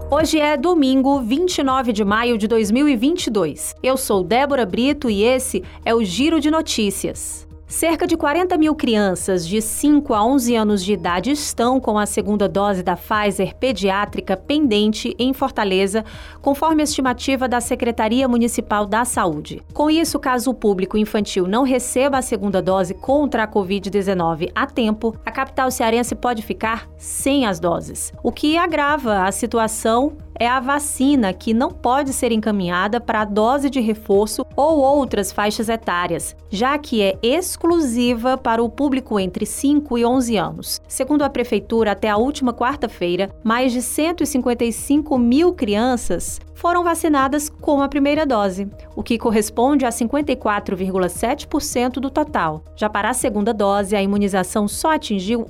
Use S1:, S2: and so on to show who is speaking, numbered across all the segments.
S1: Hoje é domingo, 29 de maio de 2022. Eu sou Débora Brito e esse é o Giro de Notícias. Cerca de 40 mil crianças de 5 a 11 anos de idade estão com a segunda dose da Pfizer pediátrica pendente em Fortaleza, conforme a estimativa da Secretaria Municipal da Saúde. Com isso, caso o público infantil não receba a segunda dose contra a Covid-19 a tempo, a capital cearense pode ficar sem as doses. O que agrava a situação é a vacina, que não pode ser encaminhada para a dose de reforço ou outras faixas etárias, já que é exclusiva para o público entre 5 e 11 anos. Segundo a Prefeitura, até a última quarta-feira, mais de 155 mil crianças foram vacinadas com a primeira dose, o que corresponde a 54,7% do total. Já para a segunda dose, a imunização só atingiu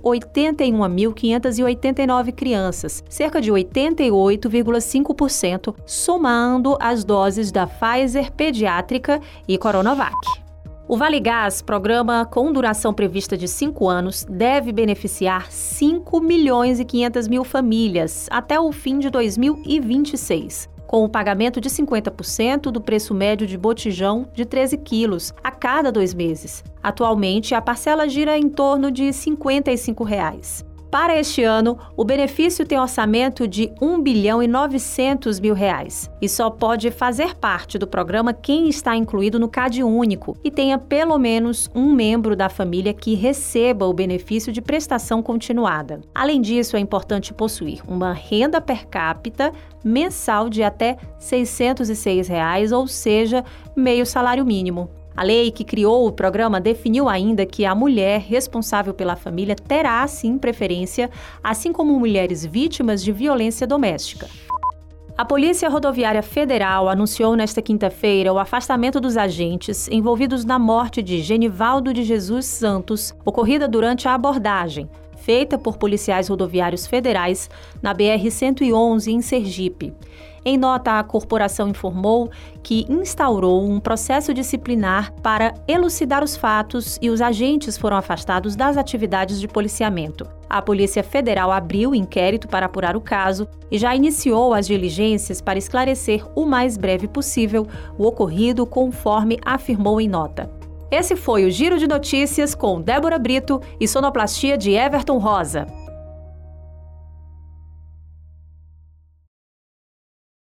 S1: 81.589 crianças, cerca de 88,5%, somando as doses da Pfizer pediátrica e Coronavac. O Vale Gás, programa com duração prevista de 5 anos, deve beneficiar 5 milhões e 500 mil famílias até o fim de 2026. Com o pagamento de 50% do preço médio de botijão de 13 quilos a cada 2 meses. Atualmente, a parcela gira em torno de R$ 55. Para este ano, o benefício tem orçamento de R$ 1,9 bilhão e só pode fazer parte do programa quem está incluído no CadÚnico e tenha pelo menos um membro da família que receba o benefício de prestação continuada. Além disso, é importante possuir uma renda per capita mensal de até R$ 606, ou seja, meio salário mínimo. A lei que criou o programa definiu ainda que a mulher responsável pela família terá, sim, preferência, assim como mulheres vítimas de violência doméstica. A Polícia Rodoviária Federal anunciou nesta quinta-feira o afastamento dos agentes envolvidos na morte de Genivaldo de Jesus Santos, ocorrida durante a abordagem feita por policiais rodoviários federais na BR-111 em Sergipe. Em nota, a corporação informou que instaurou um processo disciplinar para elucidar os fatos e os agentes foram afastados das atividades de policiamento. A Polícia Federal abriu inquérito para apurar o caso e já iniciou as diligências para esclarecer o mais breve possível o ocorrido, conforme afirmou em nota. Esse foi o Giro de Notícias com Débora Brito e sonoplastia de Everton Rosa.